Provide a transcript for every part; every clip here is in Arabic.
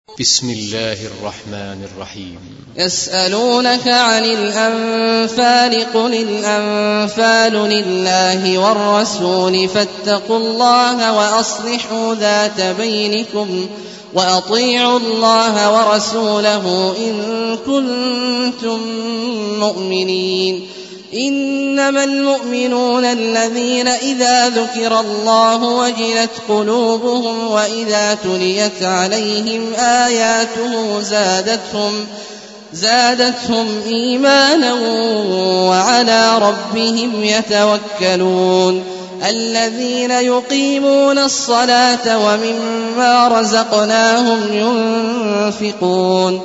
بسم الله الرحمن الرحيم. يسألونك عن الأنفال قل الأنفال لله والرسول فاتقوا الله وأصلحوا ذات بينكم وأطيعوا الله ورسوله إن كنتم مؤمنين. إنما المؤمنون الذين إذا ذكر الله وجلت قلوبهم وإذا تليت عليهم آياته زادتهم إيمانا وعلى ربهم يتوكلون. الذين يقيمون الصلاة ومما رزقناهم ينفقون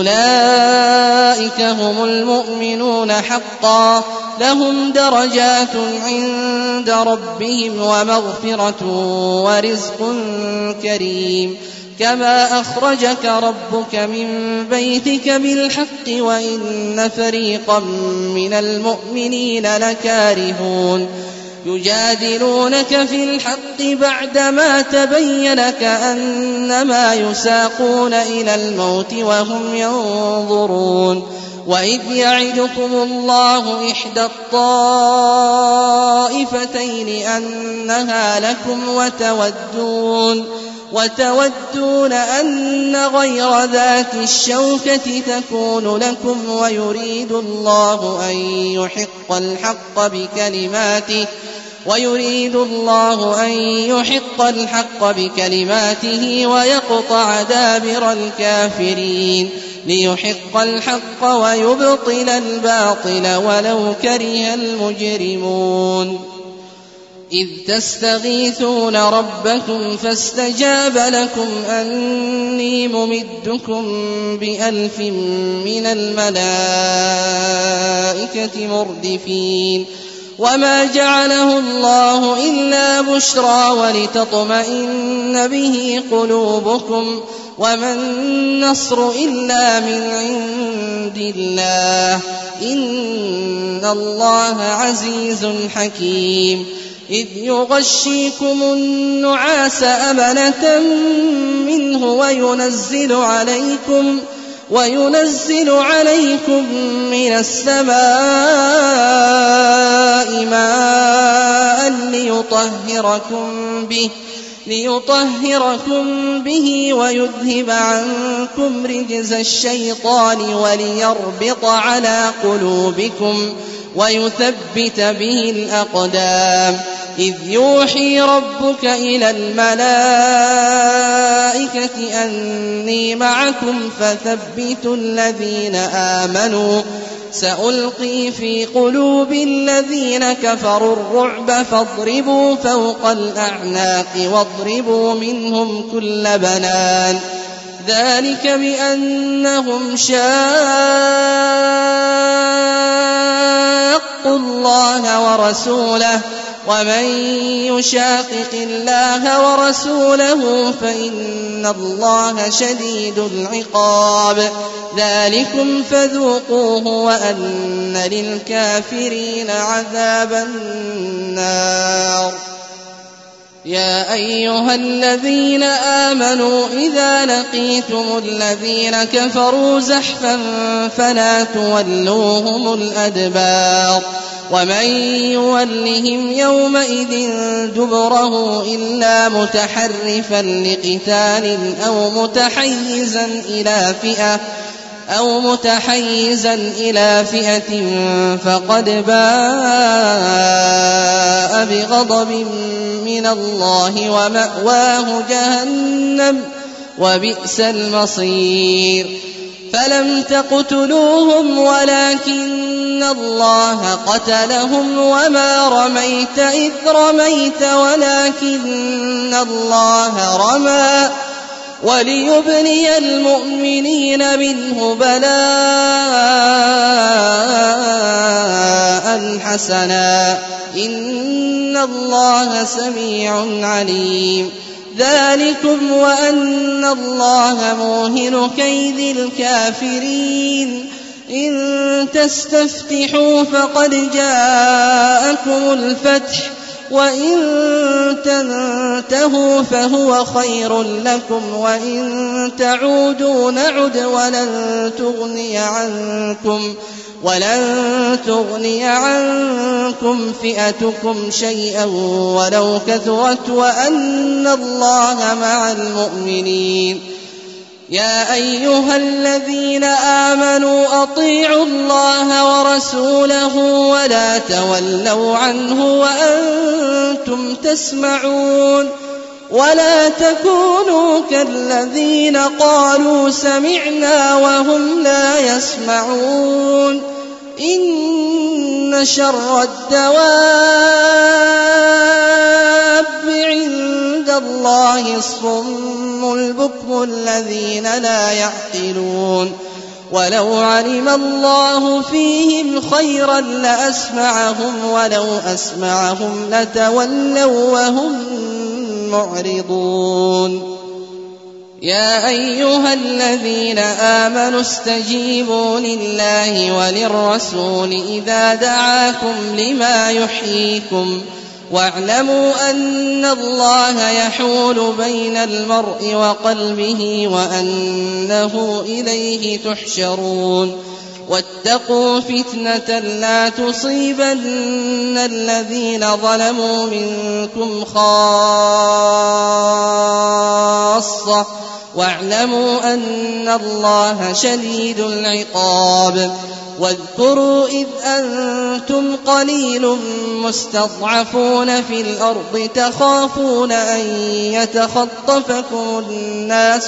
أولئك هم المؤمنون حقا لهم درجات عند ربهم ومغفرة ورزق كريم. كما أخرجك ربك من بيتك بالحق وإن فريقا من المؤمنين لكارهون يجادلونك في الحق بعدما تبين كأنما يساقون إلى الموت وهم ينظرون. وإذ يعدكم الله إحدى الطائفتين أنها لكم وتودون أن غير ذات الشوكة تكون لكم ويريد الله أن يحق الحق بكلماته ويقطع دابر الكافرين ليحق الحق ويبطل الباطل ولو كره المجرمون. إذ تستغيثون ربكم فاستجاب لكم أني ممدكم ب1000 من الملائكة مردفين. وما جعله الله إلا بشرى ولتطمئن به قلوبكم وما النصر إلا من عند الله إن الله عزيز حكيم. إذ يغشيكم النعاس أمنة منه وينزل عليكم من السماء ماء ليطهركم به ويذهب عنكم رجز الشيطان وليربط على قلوبكم ويثبت به الأقدام. إذ يوحي ربك إلى الملائكة أني معكم فثبتوا الذين آمنوا سألقي في قلوب الذين كفروا الرعب فاضربوا فوق الأعناق واضربوا منهم كل بنان. ذلك بأنهم شاقوا الله ورسوله ومن يشاقق الله ورسوله فإن الله شديد العقاب. ذلكم فذوقوه وأن للكافرين عذاب النار. يا أيها الذين آمنوا إذا لقيتم الذين كفروا زحفا فلا تولوهم الأدبار. ومن يولهم يومئذ دبره إلا متحرفا لقتال أو متحيزا إلى فئة فقد باء بغضب من الله ومأواه جهنم وبئس المصير. فلم تقتلوهم ولكن الله قتلهم وما رميت إذ رميت ولكن الله رمى وليبلي المؤمنين منه بلاء حسنا إن الله سميع عليم. ذلكم وأن الله موهن كيد الكافرين. إن تستفتحوا فقد جاءكم الفتح وإن تنتهوا فهو خير لكم وإن تعودوا نعد ولن تغني عنكم فئتكم شيئا ولو كثرت وأن الله مع المؤمنين. يا أيها الذين آمنوا أطيعوا الله ورسوله ولا تولوا عنه وأنتم تسمعون ولا تكونوا كالذين قالوا سمعنا وهم لا يسمعون. إن شر الدواب عند الله الصم البكم الذين لا يعقلون. ولو علم الله فيهم خيرا لأسمعهم ولو أسمعهم لتولوا وهم معرضون. يا أيها الذين آمنوا استجيبوا لله وللرسول إذا دعاكم لما يحييكم واعلموا أن الله يحول بين المرء وقلبه وأنه إليه تحشرون. واتقوا فتنة لا تصيبن الذين ظلموا منكم خاصة واعلموا أن الله شديد العقاب. واذكروا إذ أنتم قليل مستضعفون في الأرض تخافون أن يتخطفكم الناس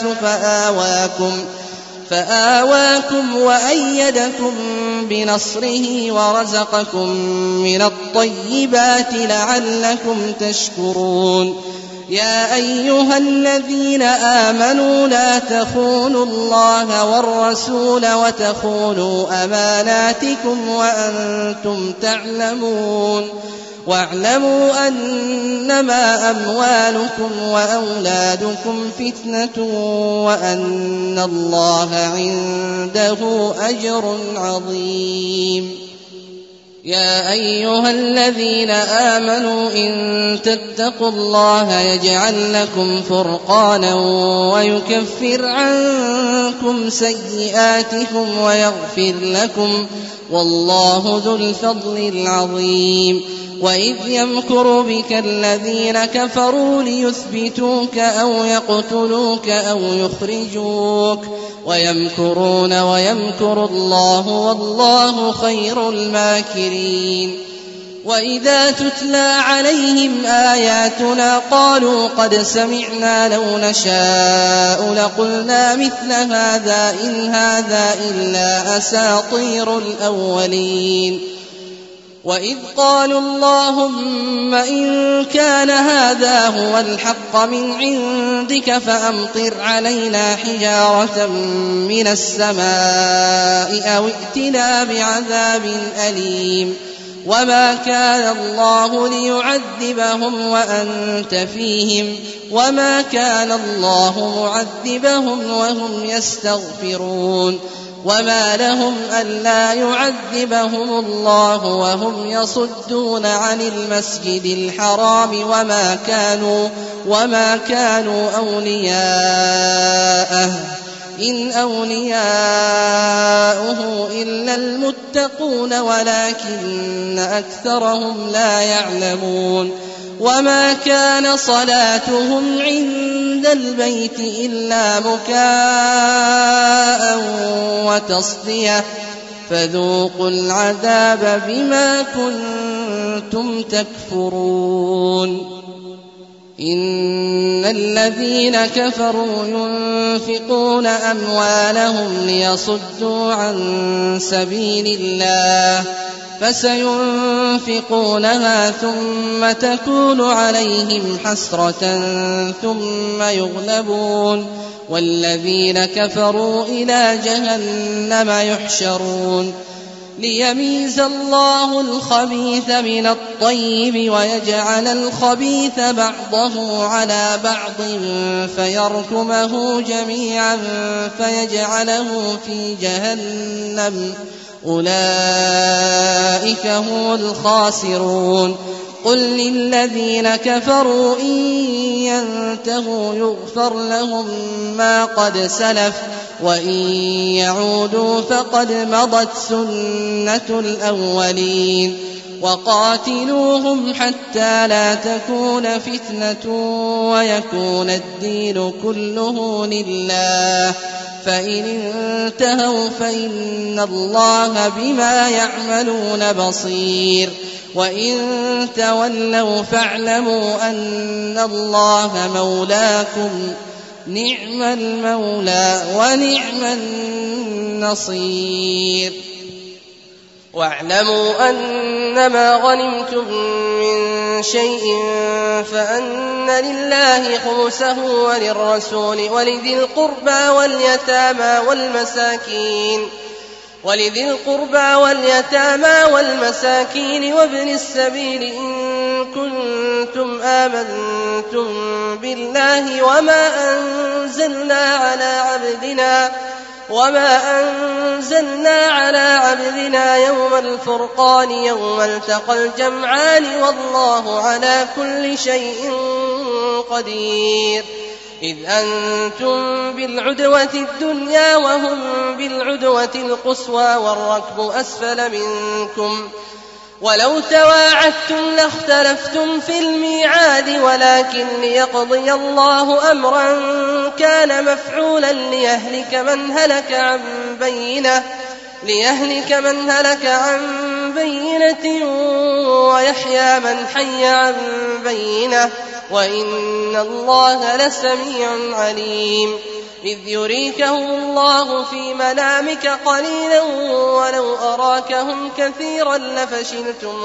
فآواكم وأيدكم بنصره ورزقكم من الطيبات لعلكم تشكرون. يا أيها الذين آمنوا لا تخونوا الله والرسول وتخونوا أماناتكم وأنتم تعلمون. واعلموا أنما أموالكم وأولادكم فتنة وأن الله عنده أجر عظيم. يا أيها الذين آمنوا إن تتقوا الله يجعل لكم فرقانا ويكفر عنكم سيئاتكم ويغفر لكم والله ذو الفضل العظيم. وإذ يمكر بك الذين كفروا ليثبتوك أو يقتلوك أو يخرجوك ويمكرون ويمكر الله والله خير الماكرين. وإذا تتلى عليهم آياتنا قالوا قد سمعنا لو نشاء لقلنا مثل هذا إن هذا إلا أساطير الأولين. وإذ قالوا اللهم إن كان هذا هو الحق من عندك فأمطر علينا حجارة من السماء أو ائتنا بعذاب أليم. وما كان الله ليعذبهم وأنت فيهم وما كان الله معذبهم وهم يستغفرون. وما لهم ألا يعذبهم الله وهم يصدون عن المسجد الحرام وما كانوا أولياءه إن أولياؤه إلا المتقون ولكن أكثرهم لا يعلمون. وما كان صلاتهم عند البيت إلا مكاء وتصدية فذوقوا العذاب بما كنتم تكفرون. إن الذين كفروا ينفقون أموالهم ليصدوا عن سبيل الله فسينفقونها ثم تكون عليهم حسرة ثم يغلبون والذين كفروا إلى جهنم يحشرون. ليميز الله الخبيث من الطيب ويجعل الخبيث بعضه على بعض فيركمه جميعا فيجعله في جهنم أولئك هم الخاسرون. قل للذين كفروا إن ينتهوا يغفر لهم ما قد سلف وإن يعودوا فقد مضت سنة الأولين وقاتلوهم حتى لا تكون فتنة ويكون الدين كله لله فإن انتهوا فإن الله بما يعملون بصير وإن تولوا فاعلموا أن الله مولاكم نعم المولى ونعم النصير واعلموا أنما غنمتم من شيء فأن لله خمسه وللرسول ولذي القربى واليتامى والمساكين وابن السبيل إن كنتم آمنتم بالله وما أنزلنا على عبدنا يوم الفرقان يوم التقى الجمعان والله على كل شيء قدير إذ أنتم بالعدوة الدنيا وهم بالعدوة القصوى والركب أسفل منكم ولو تواعدتم لاختلفتم في الميعاد ولكن ليقضي الله أمرا كان مفعولا ليهلك من هلك عن بينة ويحيى من حي عن بينة وإن الله لسميع عليم إذ يريكهم الله في منامك قليلا ولو أراكهم كثيرا لفشلتم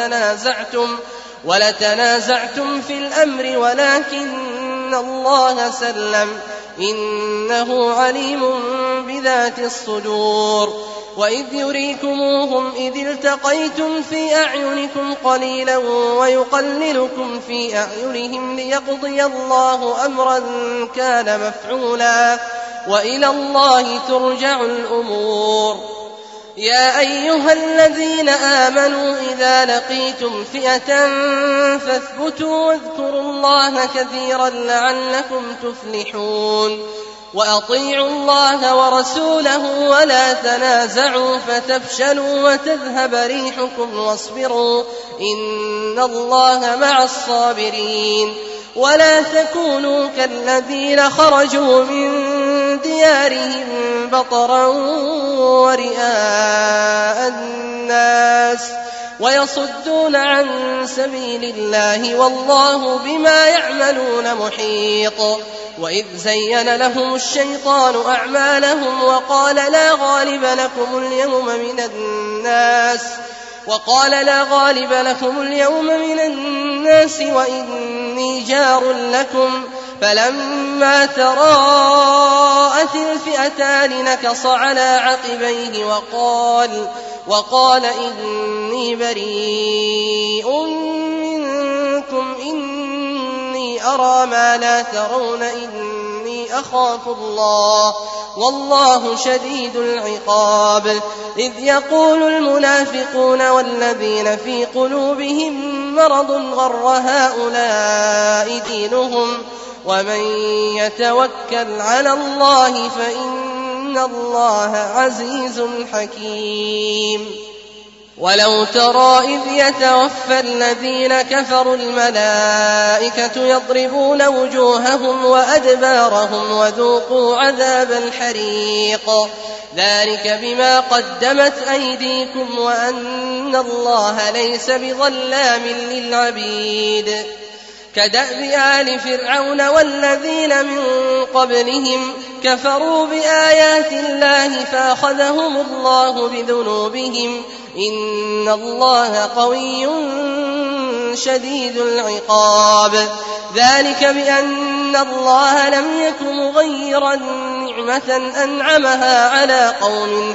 ولتنازعتم في الأمر ولكن الله سلم إنه عليم بذات الصدور وإذ يريكموهم إذ التقيتم في أعينكم قليلا ويقللكم في أعينهم ليقضي الله أمرا كان مفعولا وإلى الله ترجع الأمور يا أيها الذين آمنوا إذا لقيتم فئة فاثبتوا واذكروا الله كثيرا لعلكم تفلحون وأطيعوا الله ورسوله ولا تنازعوا فتفشلوا وتذهب ريحكم واصبروا إن الله مع الصابرين ولا تكونوا كالذين خرجوا من ديارهم بطرا ورئاء الناس ويصدون عن سبيل الله والله بما يعملون محيط وإذ زين لهم الشيطان أعمالهم وقال لا غالب لكم اليوم من الناس وإني جار لكم فلما تراءت الفئتان نكص على عقبيه وقال إني بريء منكم إني أرى ما لا ترون إني أخاف الله والله شديد العقاب إذ يقول المنافقون والذين في قلوبهم مرض غر هؤلاء دينهم ومن يتوكل على الله فإن الله عزيز حكيم ولو ترى إذ يتوفى الذين كفروا الملائكة يضربون وجوههم وأدبارهم وذوقوا عذاب الحريق ذلك بما قدمت أيديكم وأن الله ليس بظلام للعبيد كدأب آل فرعون والذين من قبلهم كفروا بآيات الله فأخذهم الله بذنوبهم إن الله قوي شديد العقاب ذلك بأن الله لم يك مغيرا نعمة أنعمها على قوم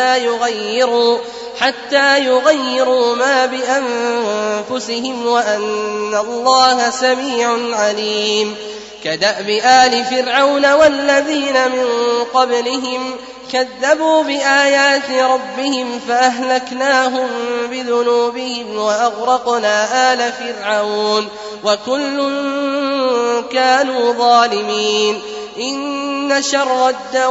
حتى يغيروا ما بأنفسهم وأن الله سميع عليم كدأب آل فرعون والذين من قبلهم كذبوا بآيات ربهم فأهلكناهم بذنوبهم وأغرقنا آل فرعون وكل كانوا ظالمين إن شر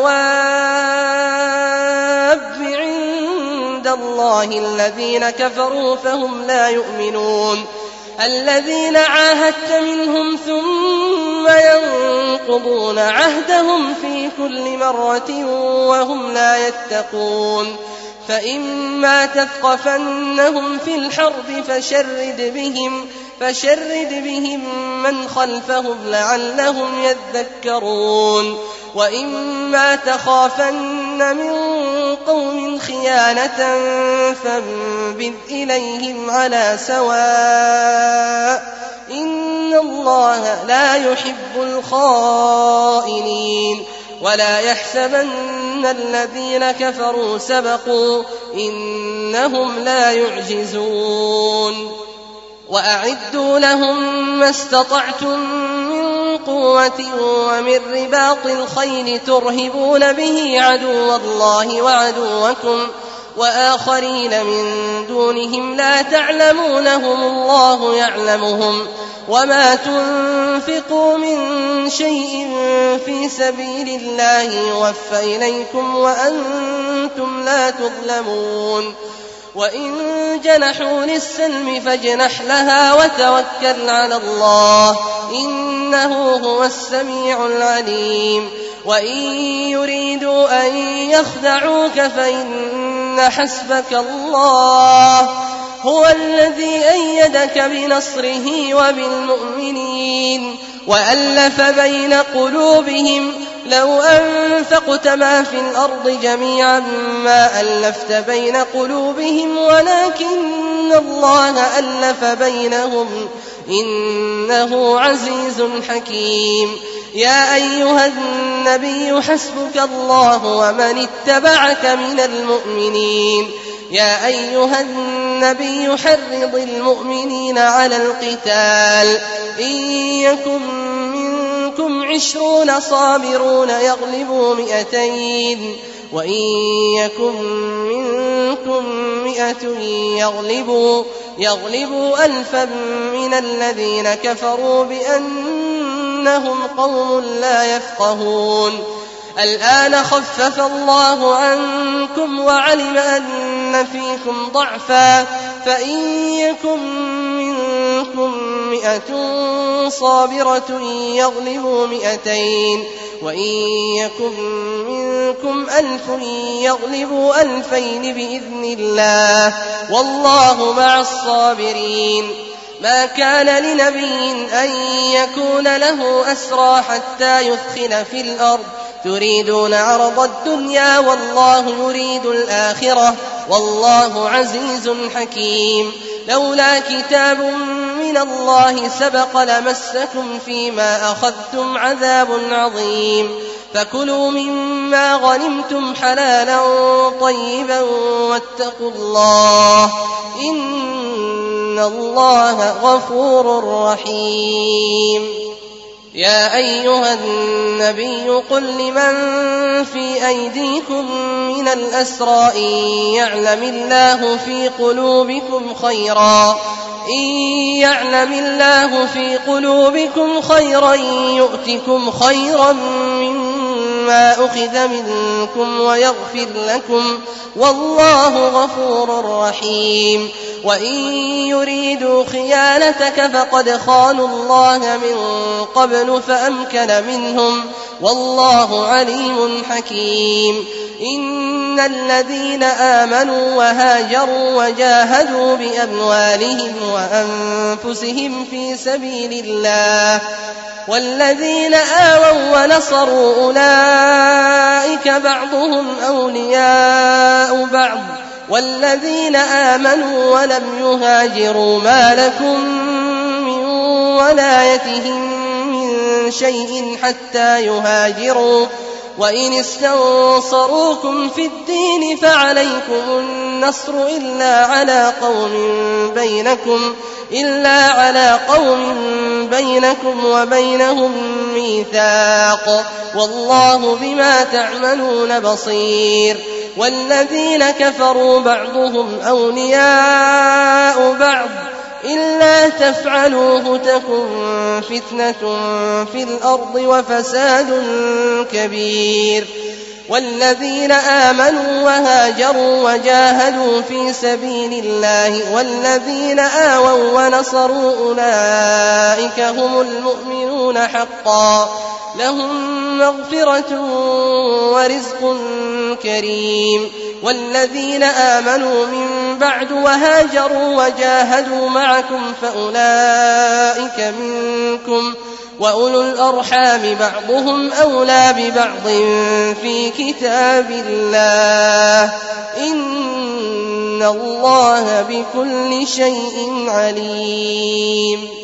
الدواب عند الله الذين كفروا فهم لا يؤمنون الذين عاهدت منهم ثم ينقضون عهدهم في كل مرة وهم لا يتقون فإما تثقفنهم في الحرب فشرد بهم من خلفهم لعلهم يذكرون وإما تخافن من قوم خيانة فانبذ إليهم على سواء إن الله لا يحب الخائنين ولا يحسبن الذين كفروا سبقوا إنهم لا يعجزون وأعدوا لهم ما استطعتم من قوة ومن رباط الخيل ترهبون به عدو الله وعدوكم وآخرين من دونهم لا تعلمونهم الله يعلمهم وما تنفقوا من شيء في سبيل الله يوفى إليكم وأنتم لا تظلمون وإن جنحوا للسلم فاجنح لها وتوكل على الله إنه هو السميع العليم وإن يريدوا أن يخدعوك فإن حسبك الله هو الذي أيدك بنصره وبالمؤمنين وألف بين قلوبهم لو أنفقت ما في الأرض جميعا ما ألفت بين قلوبهم ولكن الله ألف بينهم إنه عزيز حكيم يا أيها النبي حسبك الله ومن اتبعك من المؤمنين يا أيها النبي حرض المؤمنين على القتال إن يكن منكم 20 صابرون يغلبوا 200 وإن يكن منكم 100 يغلبوا 1000 من الذين كفروا بأنهم قوم لا يفقهون الآن خفف الله عنكم وعلم أن فيكم ضعفا فإن يكن منكم 100 صابرة يغلبوا 200 وإن يكن منكم 1000 يغلبوا 2000 بإذن الله والله مع الصابرين ما كان لنبي أن يكون له أسرى حتى يثخن في الأرض تريدون عرض الدنيا والله يريد الآخرة والله عزيز حكيم لولا كتاب من الله سبق لمسكم فيما أخذتم عذاب عظيم فكلوا مما غنمتم حلالا طيبا واتقوا الله إن الله غفور رحيم يا أيها النبي قل لمن في أيديكم من الأسرى إن يعلم الله في قلوبكم خيرا يؤتكم خيرا مما أخذ منكم ويغفر لكم والله غفور رحيم وإن يريدوا خيانتك فقد خانوا الله من قبل فأمكن منهم والله عليم حكيم إن الذين آمنوا وهاجروا وجاهدوا بأموالهم وأنفسهم في سبيل الله والذين آووا ونصروا أولئك بعضهم أولياء بعض والذين آمنوا ولم يهاجروا ما لكم من ولايتهم من شيء حتى يهاجروا وإن استنصروكم في الدين فعليكم النصر إلا على قوم بينكم وبينهم ميثاق والله بما تعملون بصير والذين كفروا بعضهم أولياء بعض إلا تفعلوه تكن فتنة في الأرض وفساد كبير والذين آمنوا وهاجروا وجاهدوا في سبيل الله والذين آووا ونصروا أولئك هم المؤمنون حقا لهم مغفرة ورزق كريم والذين آمنوا من بعد وهاجروا وجاهدوا معكم فأولئك منكم وأولو الأرحام بعضهم أولى ببعض في كتاب الله إن الله بكل شيء عليم